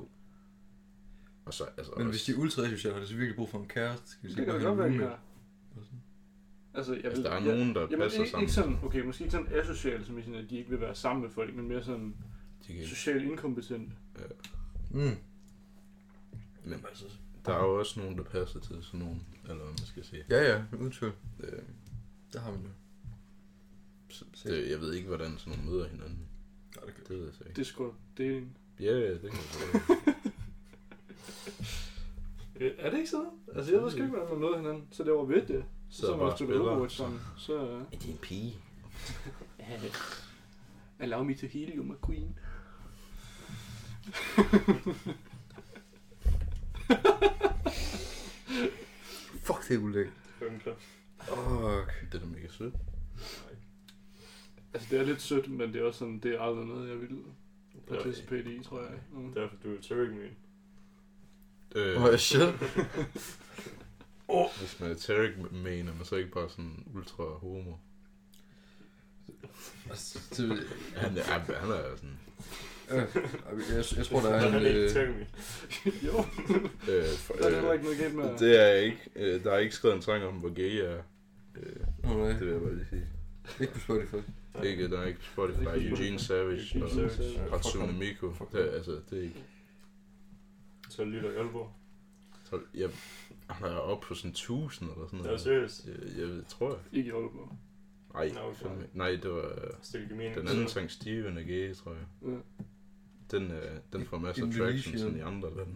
Og så, altså, Men også, hvis de er ultra sociale, har de så virkelig brug for en kæreste? Skal vi Det sige, kan bare da godt være, en de roommate? har. Altså, jeg altså, ved, der er jeg, nogen, der jamen, passer ikke, sammen. ikke sådan, okay, måske ikke sådan asociale, som i sådan, at de ikke vil være sammen med folk, men mere sådan De kan ikke. socialt inkompetente. Mm. Men altså, der er jo også nogen, der passer til sådan nogen, eller hvad man skal sige. Ja, ja, uden tvivl. Øh, Der har vi det. så det, jeg ved ikke, hvordan sådan nogle møder hinanden. Nej, det kan Det ved jeg så ikke. Discord dating. Ja, ja, det kan jeg så. Er det ikke sådan? Altså, jeg ved sgu ikke, hvordan man møder hinanden. Så det var ved det. Så, Så så man bare spiller spiller. Overwatch sammen. Så... Uh, Er det en pige? allow me to heal you, my queen. Fuck, det er ulækkert. Funkler. Fuck. Det er da mega sødt. Altså, det er lidt sødt, men det er også sådan, det er aldrig noget, jeg vil participate i, tror jeg. Mm. Derfor du er Turk Man. Øh, Åh, oh, shit. Hvis man er Tarek main, er man så ikke bare sådan ultra homo? Altså, det, Han er, han er sådan... øh, jeg, jeg tror, der er Han en... er ikke Øh, Turk Man. Jo, Øh, for, der er heller øh, ikke noget galt med. det er ikke... Øh, der er ikke skrevet en sang om, hvor gay jeg er. Øh, oh, nej, det vil jeg bare lige sige. ikke på Spotify. Ikke, der er ikke Spotify. Det er ikke Eugene Savage Eugene og Savage. Hatsune Miku. Fuck Det, er- altså, det er ikke... Så lytter Aalborg. Så, jeg, Han er oppe på sådan tusind eller sådan Det er noget. seriøst. Jeg, jeg ved, tror jeg. Ikke i Aalborg. Nej, Nå, okay. fandme- nej, det var Stille mening. den anden sang Steven er gay, tror jeg. Ja. Den, øh, den får masser af Indonesia. traction sådan i andre lande.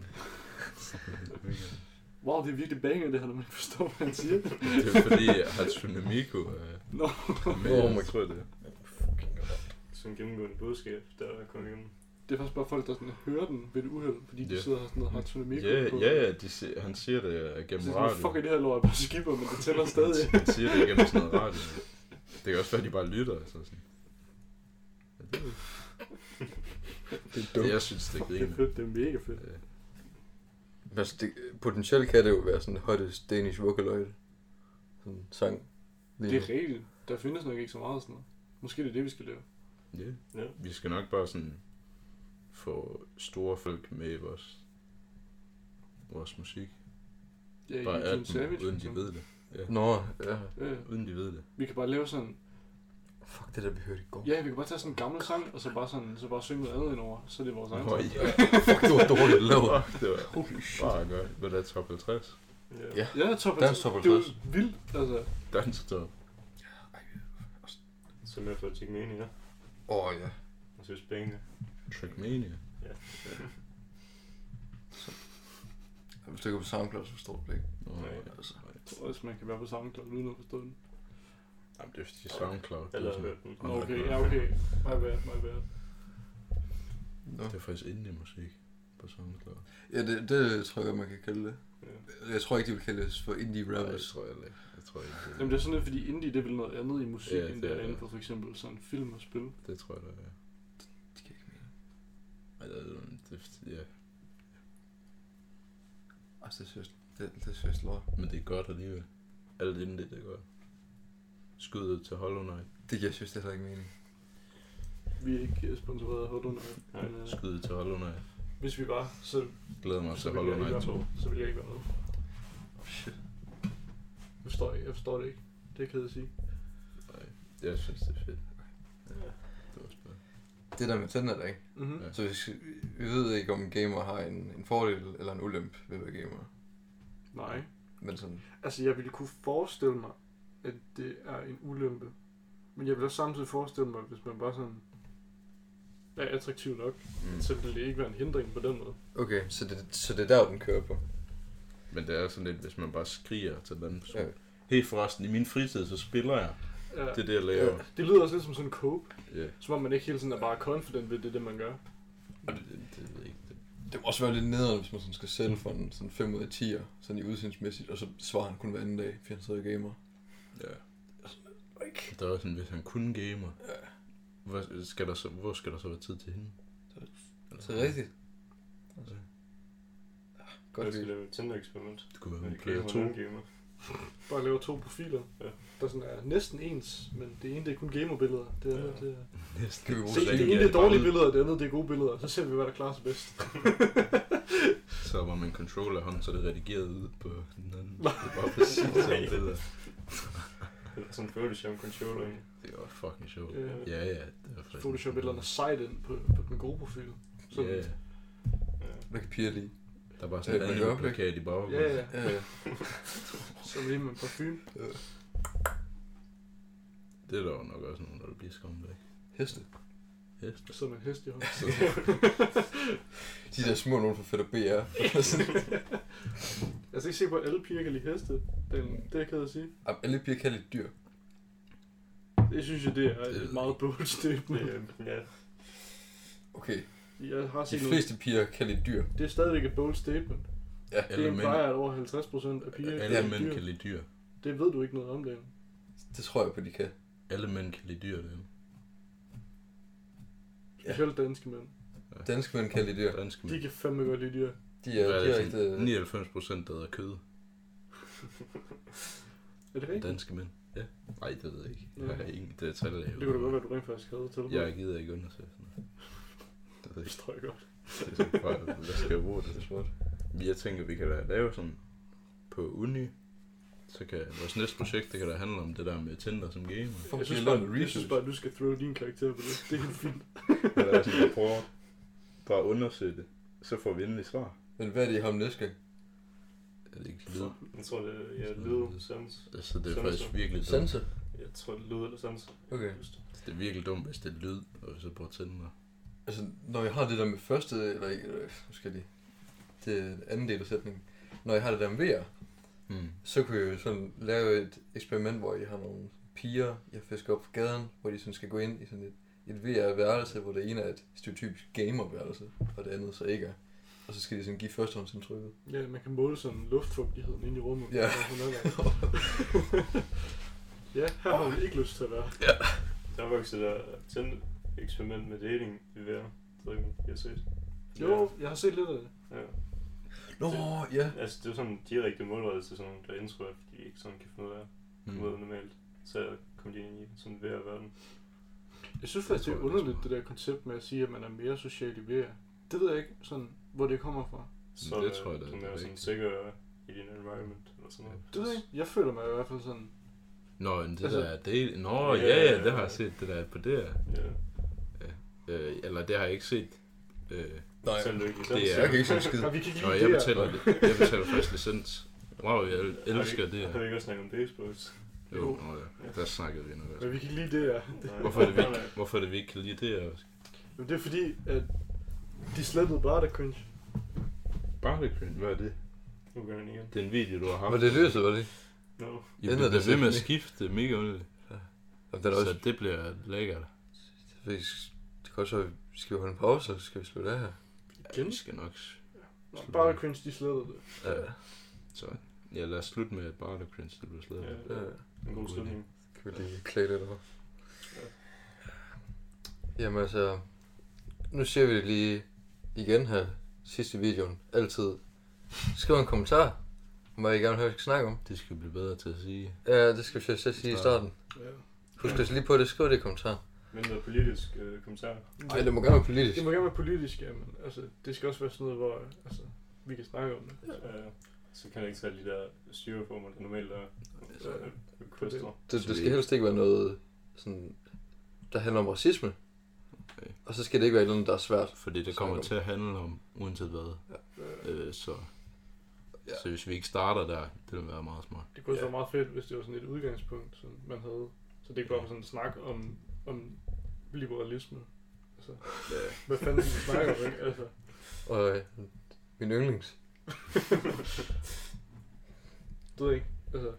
Wow, det er virkelig banger det her, når man ikke forstår, hvad han siger. Det er fordi, Hatsune Miku er Nå. med, Oh my jeg tror det. Sådan en gennemgående budskab, der er kommet igennem. Det er faktisk bare folk, der sådan hører den ved et uheld, fordi de Ja. sidder og har sådan noget Hatsune Miku Ja, på. ja, ja, de siger, han siger det gennem Så radio. sådan, fuck er det her lort, jeg bare skipper, men det tæller stadig. Han siger det gennem sådan noget radio. Det kan også være, at de bare lytter. Altså sådan. Ja, det, Det er det, dumt. jeg synes, det er Det er griner. fedt, det er mega fedt. Ja. Men altså, det, potentielt kan det jo være sådan hottest Danish Vocaloid. Sådan sang. Det er rigtigt. Der findes nok ikke så meget sådan noget. Måske det er det, vi skal lave. Ja. Ja. Vi skal nok bare sådan få store folk med i vores, vores musik. Ja, Bare i at Team dem, Savage. uden for de eksempel. ved det. Ja. Nå, ja. Ja, ja. Uden de ved det. Vi kan bare lave sådan... Fuck det der, vi hørte i går. Ja, vi kan bare tage sådan en gammel sang, og så bare, sådan, så bare synge noget andet indover. Så er det vores egen Øj, sang. ja. Fuck, det var dårligt lavet. Fuck, det var Holy shit. bare godt. Hvad er det, top halvtreds? Ja. Ja. Ja, top Dansk top Det er jo halvtreds. vildt, altså. Dansetop. Som jeg får Tick Mania. Åh oh, ja. Jeg synes penge. Trackmania. Ja. Hvis du ikke er på SoundCloud, så forstår du det ikke. Nå, Nej, altså. Jeg tror også, man kan være på SoundCloud uden at forstå den. Jamen, det er fordi SoundCloud. Det Eller er, har sådan, hørt den. Nå, okay, ja, okay. My bad, my bad. Nå. det er faktisk indie-musik på SoundCloud. Ja, det, det tror jeg godt, man kan kalde det. Ja. Jeg tror ikke, de vil kalde det for indie Nej, det rappers. tror jeg ikke. Jeg tror ikke, det, Jamen det er sådan lidt, fordi indie, det er vel noget andet i musik, Ja, end det det er er inden det. for for eksempel sådan film og spil. det tror jeg, det er. Det kan ikke mene. Eller, det, ja. Altså, det synes det, det synes lort. Men det er godt alligevel. Alt indie, det er godt. Skuddet til Hollow Knight. Det giver synes det heller ikke mening. Vi er ikke sponsoreret af Hollow Knight. Nej, Men, øh, Skuddet til Hollow Knight. hvis vi var, så, Glæder mig så til ville Hollow jeg ikke Knight være to. med. Så ville jeg ikke være med. Oh, shit. Jeg forstår, jeg forstår det ikke. Det er jeg ked af at sige. Nej, jeg synes, det er fedt. Ja. Det var spændende. Det der med tænder der, ikke? Mm-hmm. Ja. Så hvis, vi ved ikke, om en gamer har en, en fordel eller en ulempe ved at være gamer. Nej. Men sådan, Altså, jeg ville kunne forestille mig, at det er en ulempe. Men jeg vil også samtidig forestille mig, hvis man bare sådan er attraktiv nok, Mm. så vil det ikke være en hindring på den måde. okay, så det, så det er der, den kører på. Men det er sådan lidt, hvis man bare skriger til den anden person. Ja. Hey forresten, i min fritid, så spiller jeg. Ja. Det er det, jeg laver. Ja. Det lyder også lidt som sådan en cope. Ja. Som om man ikke hele tiden er bare confident ved det, det man gør. Og det, det, det ved jeg ikke. Det, Det må også være lidt nederen, hvis man sådan skal sælge for en sådan fem ud af ti'er, sådan i udseendsmæssigt, og så svarer han kun hver anden dag, fordi han sidder og gamer. ja. Ikke. Der er også sådan, hvis han kun gamer, Ja, hvor skal der så, hvor skal der så være tid til hende? Eller så rigtigt. Altså, Godt Jeg skal lide. lave et Tinder-eksperiment. det kunne være Men med det player gamer, to. nogen gamer. Bare laver to profiler, Ja. der sådan er næsten ens, men det ene det er kun gamerbilleder, det andet Ja. det er... Næsten. Kan vi bruge Se, det? det ene det er dårlige billeder, det andet det er gode billeder, så ser vi, hvad der klarer sig bedst. Så var man controller hånden, så er det redigeret ud på den anden. Det Nej. er bare præcis samme billeder. Det er sådan en Photoshop controller, ikke? Det var fucking sjovt. Ja. Ja, ja. Det var faktisk Photoshop et eller andet sejt ind på, på den gode profil. Sådan, Ja, Ja. Hvad kan piger lide? der var sådan Ja, en men anden det var plakat i baggrunden. ja, ja. Ja, ja. Så lige med en parfume. Det er der jo nok også nogen, der bliver skræmt af. Heste. Heste. Så med en hest i hånden. De der små nogen fra Fætter B R. Jeg er ikke sikker på, at alle piger kan lide heste. Den, det er jeg ked af at sige. Jamen, alle piger kan lide dyr. Det synes jeg, det er et meget bold statement. Det, ja. Okay, Jeg har de set noget. fleste piger kan lide dyr. Det er stadigvæk et bold statement. Ja, Det Alle mænd, plejer, at over halvtreds procent af piger kan alle lide mænd dyr. kan lide dyr. Det ved du ikke noget om, det. det tror jeg på, de kan. Alle mænd kan lide dyr, det er. Specielt danske mænd. Danske mænd kan lide dyr. Danske De mænd. kan fandme godt lide dyr. De er Hvad er det, sådan direkte... nioghalvfems procent der er kød. Er det rigtigt? Danske mænd. Ja. Nej, det ved jeg ikke. Nå. Jeg har ingen, det er tal, jeg Det kunne da godt være, at du rent faktisk havde til. Jeg gider ikke undersøge sådan noget. Det ved jeg Det tror jeg godt. ikke. Det er sådan bare, hvad skal jeg bruge det Det er til? smart. Jeg tænker, vi kan da lave sådan på uni. Så kan vores næste projekt, det kan da handle om det der med Tinder som gamer. Fuck, Jeg synes, vi bare, laver noget jeg synes research. bare, at du skal throw din karakter på det. Det er helt fint. Det er sådan, jeg prøver bare at undersøge det. Så får vi endelig svar. Men hvad er det, I har om næste gang? Er det ikke lyd? Jeg tror, det er ja, lyd, sans. Altså, det er Sensor. faktisk virkelig dumt. Sensor? Jeg tror, det er lyd eller sans. Okay. Det er virkelig dumt, hvis det er lyd, og så prøver at tænde mig. Altså, når jeg har det der med første, eller ikke, eller, nu skal jeg lige, det anden del af sætningen. Når jeg har det der med V R, Hmm. så kunne jeg jo sådan lave et eksperiment, hvor jeg har nogle piger, jeg fisker op på gaden, hvor de sådan skal gå ind i sådan et, et V R-værelse, hvor det ene er et stereotypisk gamer-værelse, og det andet så ikke er. Og så skal de sådan give førstehåndsindtrykket. Ja, man kan måle sådan luftfugtigheden inde i rummet. Ja. Ja, her har vi ikke lyst til at være. Der var faktisk det der tændt eksperiment med dating i V R. Jeg ved ikke, om I har set. Jo, jeg har set lidt af det. Ja. Nå, ja. Altså, det er sådan direkte målrettet til sådan nogle, der indtryk, de ikke sådan kan finde ud af at komme ud Hmm. normalt. Så kom de ind i sådan en V R-verden. Jeg synes faktisk, det er underligt, det der koncept med at sige, at man er mere social i V R. Det ved jeg ikke, sådan, hvor det kommer fra. Så det det tror jeg da, du det er er mere sådan rigtigt. sikker i din environment, eller sådan noget. Det ved jeg ikke. Jeg føler mig i hvert fald sådan... Nå, men det Altså- der, det Nå, Ja, ja, ja, ja, det har ja. jeg set, det der på det her. Ja. Øh, eller det har jeg ikke set. Øh, Nej, Selv lykke. Det er- jeg kan ikke se skid. Og vi kan ikke Nå, lide jeg det betaler, jeg betaler faktisk licens. Wow, jeg elsker det Jeg her. kan ikke også snakke om Facebooks. Jo, nå ja, der snakkede vi noget. Men vi kan ikke lide det her. Hvorfor er det, vi ikke, hvorfor er det, vi ikke kan lide det her? Men det er fordi, at de slettede bare der cringe. Barleycrin, hvad er det? Nu gør den igen. Det er en video, du har haft. Men det løser, var det? No. Jeg Ændrer bliver det ved med at sig skifte, det er mega underligt. Jamen, den er også, Så det bliver lækkert. det kan også være, skal vi holde en pause, eller skal vi slutte af her? Ja, vi skal nok... Nå, bare cringe, de slettede det. Ja, Så ja, lad os slutte med, at Barleycrin, det bliver slet. Ja. ja. En god slutning. Kan vi lige klæde lidt over? Jamen altså, nu ser vi det lige igen her, sidste videoen, altid. Skriv en kommentar, om hvad I gerne vil høre, vi skal snakke om. Det skal vi blive bedre til at sige. Ja, det skal vi så sige i starten. Ja. Husk os lige på det, skriv det i kommentar. Men noget politisk øh, kommentar. Nej, det må gerne være politisk. Det må gerne være politisk, ja, men altså, det skal også være sådan noget, hvor altså, vi kan snakke om det. Ja. Så kan det ikke tage de der styreformer, der normalt er. Så, øh, requester. Det, det skal helst ikke være noget, sådan, der handler om racisme. Okay. Og så skal det ikke være noget, der er svært. Fordi det Snakke kommer om. til at handle om, uanset hvad. Øh, Øh, så, Ja. så hvis vi ikke starter der, det vil være meget smart. Det kunne også Ja. være meget fedt, hvis det var sådan et udgangspunkt, som man havde. Så det ikke bare var sådan en snak om, om liberalisme. Altså, Ja. hvad fanden vi snakker om, ikke? Altså, Og øh, min yndlings. det ved jeg ikke. Altså,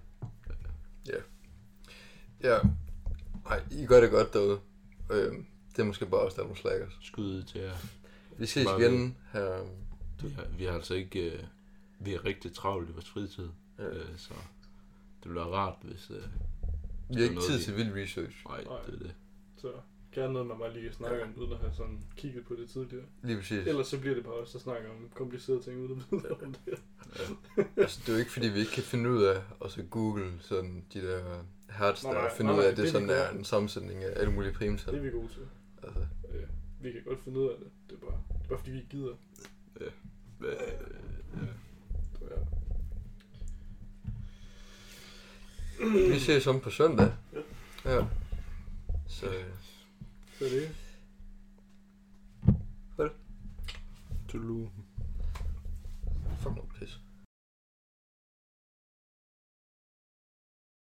Ja. Ej, I gør det godt derude. Øh, det er måske bare også der er nogle slackers. Skud til jer. Vi ses Bare igen her. Vi har, vi har altså ikke... Øh, vi er rigtig travlt i vores fritid. Ja. Øh, så det bliver rart, hvis... Øh, Vi har ikke noget, tid vi- til vild research. nej, Nej. det er det. så gerne noget, man bare lige kan snakke om, uden at have sådan kigget på det tidligere. Lige præcis. Ellers så bliver det bare os, der snakker om komplicerede ting, uden at vide om det. Ja. Altså, det er jo ikke fordi, vi ikke kan finde ud af at så google sådan de der hertz Nej, der, nej, og finde nej, ud af, nej, at det, det er sådan vi er gode. en sammensætning af alle mulige Det primtal. er vi gode til. Altså, Øh, vi kan godt finde ud af det. Det er bare, det er bare fordi, vi ikke gider. Øh, øh, ja. Så, ja. vi ses om på søndag. Ja. Så øh, Så er det. Toodaloo.